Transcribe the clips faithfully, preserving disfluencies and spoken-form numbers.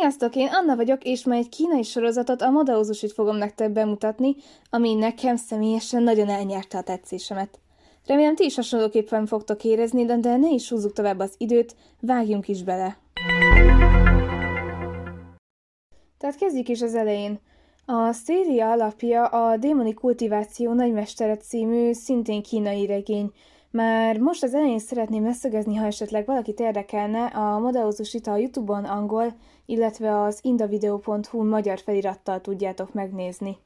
Sziasztok, én Anna vagyok, és ma egy kínai sorozatot, a Modaozusit fogom nektek bemutatni, ami nekem személyesen nagyon elnyerte a tetszésemet. Remélem ti is hasonlóképpen fogtok érezni, de, de ne is húzzuk tovább az időt, vágjunk is bele. Tehát kezdjük is az elején. A széria alapja a Démoni Kultiváció Nagymestere című, szintén kínai regény. Már most az elején szeretném leszögezni, ha esetleg valakit érdekelne, a Modaozusit a YouTube-on angol, illetve az indavideo pont hu magyar felirattal tudjátok megnézni.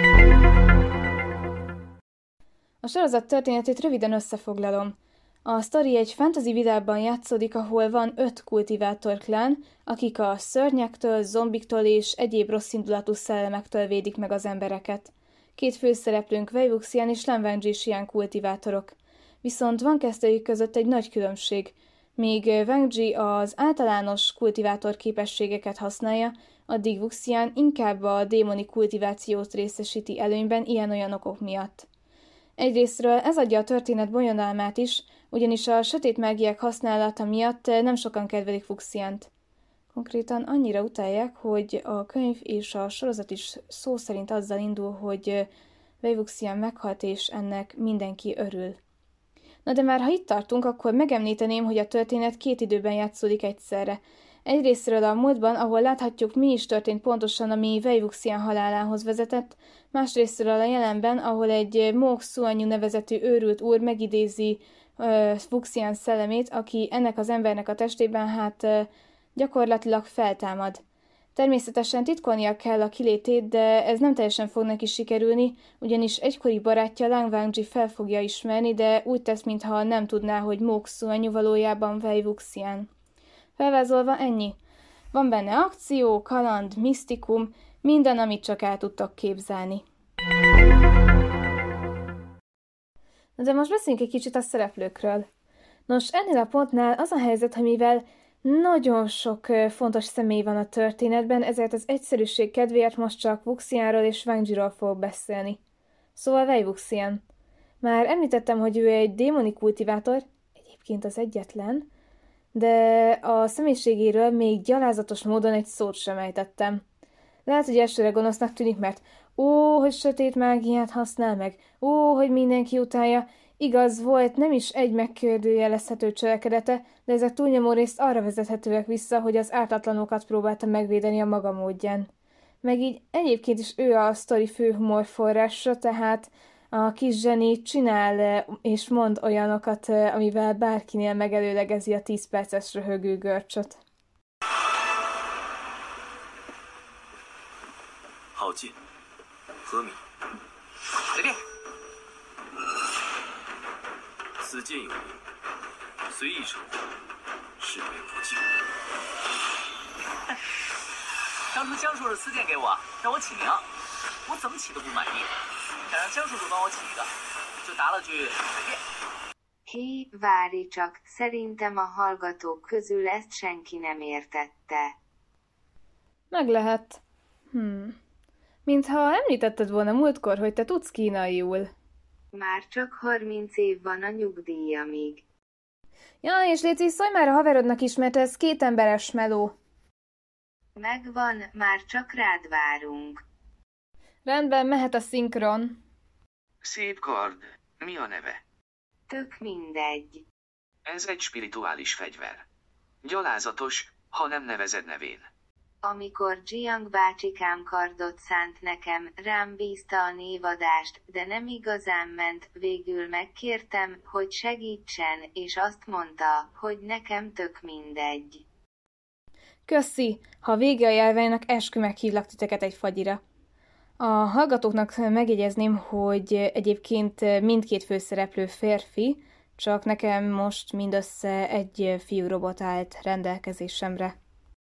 A sorozat történetét röviden összefoglalom. A sztori egy fantasy világban játszódik, ahol van öt kultivátor klán, akik a szörnyektől, zombiktól és egyéb rosszindulatú szellemektől védik meg az embereket. Két főszereplőnk Wei Wuxian és Lan Wangji Xian kultivátorok. Viszont van kezdőjük között egy nagy különbség. Míg Wangji az általános kultivátor képességeket használja, addig Wuxian inkább a démoni kultivációt részesíti előnyben ilyen-olyan okok miatt. Egyrésztről ez adja a történet bonyodalmát is, ugyanis a sötét mágiák használata miatt nem sokan kedvelik Wuxiant. Konkrétan annyira utálják, hogy a könyv és a sorozat is szó szerint azzal indul, hogy Wei Wuxian meghalt és ennek mindenki örül. Na de már ha itt tartunk, akkor megemlíteném, hogy a történet két időben játszódik egyszerre. Egyrésztről a múltban, ahol láthatjuk, mi is történt pontosan, ami Wei Wuxian halálához vezetett, másrésztről a jelenben, ahol egy Mo Xuanyu nevezetű őrült úr megidézi uh, Wuxian szellemét, aki ennek az embernek a testében hát uh, gyakorlatilag feltámad. Természetesen titkolnia kell a kilétét, de ez nem teljesen fog neki sikerülni, ugyanis egykori barátja Lan Wangji fel fogja ismerni, de úgy tesz, mintha nem tudná, hogy Mo Xuanyu valójában Wei Wuxian. Felvázolva ennyi. Van benne akció, kaland, misztikum, minden, amit csak el tudtok képzelni. De most beszéljünk egy kicsit a szereplőkről. Nos, ennél a pontnál az a helyzet, hogy mivel nagyon sok fontos személy van a történetben, ezért az egyszerűség kedvéért most csak Wuxianról és Wangjiról fogok beszélni. Szóval Wei Wuxian. Már említettem, hogy ő egy démoni kultivátor, egyébként az egyetlen, de a személyiségéről még gyalázatos módon egy szót sem ejtettem. Lehet, hogy elsőre gonosznak tűnik, mert ó, hogy sötét mágiát használ meg, ó, hogy mindenki utálja. Igaz volt, nem is egy megkérdőjelezhető cselekedete, de ezek túlnyomó részt arra vezethetőek vissza, hogy az ártatlanokat próbálta megvédeni a maga módján. Meg így egyébként is ő a sztori fő humorforrása, tehát a kis zseni csinál és mond olyanokat, amivel bárkinél megelőlegezi a tíz perces röhögő görcsöt. Hé, várj csak, szerintem a hallgatók közül ezt senki nem értette. Meg lehet. Hmm. Mintha említetted volna múltkor, hogy te tudsz kínaiul. Már csak harminc év van a nyugdíjamig. Ja, és léci, szólj már a haverodnak is, mert ez két emberes meló. Megvan, már csak rád várunk. Rendben, mehet a szinkron. Szép kard. Mi a neve? Tök mindegy. Ez egy spirituális fegyver. Gyalázatos, ha nem nevezed nevén. Amikor Jiang bácsikám kardot szánt nekem, rám bízta a névadást, de nem igazán ment, végül megkértem, hogy segítsen, és azt mondta, hogy nekem tök mindegy. Köszi, ha vége a járványnak, eskü meghívlak titeket egy fagyira. A hallgatóknak megjegyezném, hogy egyébként mindkét főszereplő férfi, csak nekem most mindössze egy fiú robot állt rendelkezésemre.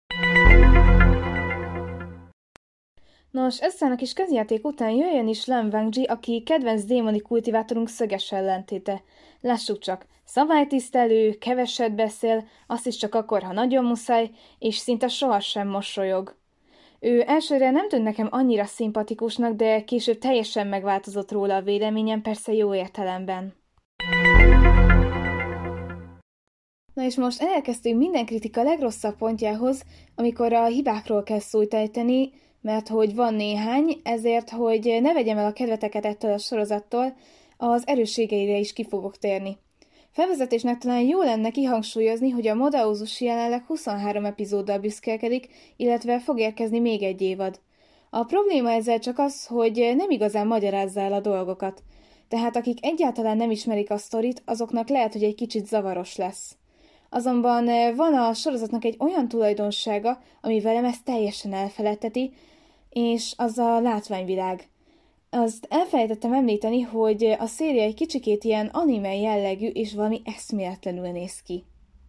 Nos, ezzel a kis közjáték után jöjjön is Lan Wangji, aki kedvenc démoni kultivátorunk szöges ellentéte. Lássuk csak, szabálytisztelő, keveset beszél, azt is csak akkor, ha nagyon muszáj, és szinte sohasem mosolyog. Ő elsőre nem tűnt nekem annyira szimpatikusnak, de később teljesen megváltozott róla a véleményem, persze jó értelemben. Na Na és most elérkeztünk minden kritika legrosszabb pontjához, amikor a hibákról kell szót ejteni, mert hogy van néhány, ezért, hogy ne vegyem el a kedveteket ettől a sorozattól, az erősségeire is ki fogok térni. Felvezetésnek talán jó lenne kihangsúlyozni, hogy a Modauzus jelenleg huszonhárom epizóddal büszkélkedik, illetve fog érkezni még egy évad. A probléma ezzel csak az, hogy nem igazán magyarázza el a dolgokat. Tehát akik egyáltalán nem ismerik a sztorit, azoknak lehet, hogy egy kicsit zavaros lesz. Azonban van a sorozatnak egy olyan tulajdonsága, ami velem ezt teljesen elfeledteti, és az a látványvilág. Azt elfelejtettem említeni, hogy a széria egy kicsikét ilyen anime jellegű, és valami eszméletlenül néz ki.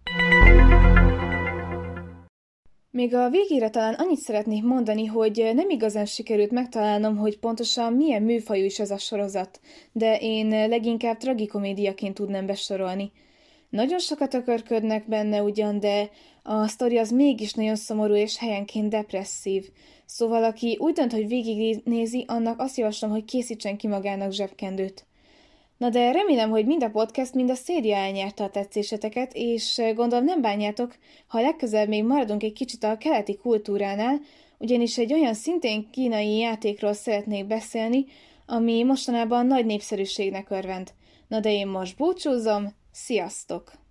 Még a végére talán annyit szeretnék mondani, hogy nem igazán sikerült megtalálnom, hogy pontosan milyen műfajú is ez a sorozat, de én leginkább tragikomédiaként tudnám besorolni. Nagyon sokat ökörködnek benne ugyan, de a sztori az mégis nagyon szomorú és helyenként depresszív. Szóval aki úgy dönt, hogy végignézi, annak azt javaslom, hogy készítsen ki magának zsebkendőt. Na de remélem, hogy mind a podcast, mind a széria elnyerte a tetszéseteket, és gondolom nem bánjátok, ha legközelebb még maradunk egy kicsit a keleti kultúránál, ugyanis egy olyan szintén kínai játékról szeretnék beszélni, ami mostanában nagy népszerűségnek örvend. Na de én most búcsúzom, sziasztok!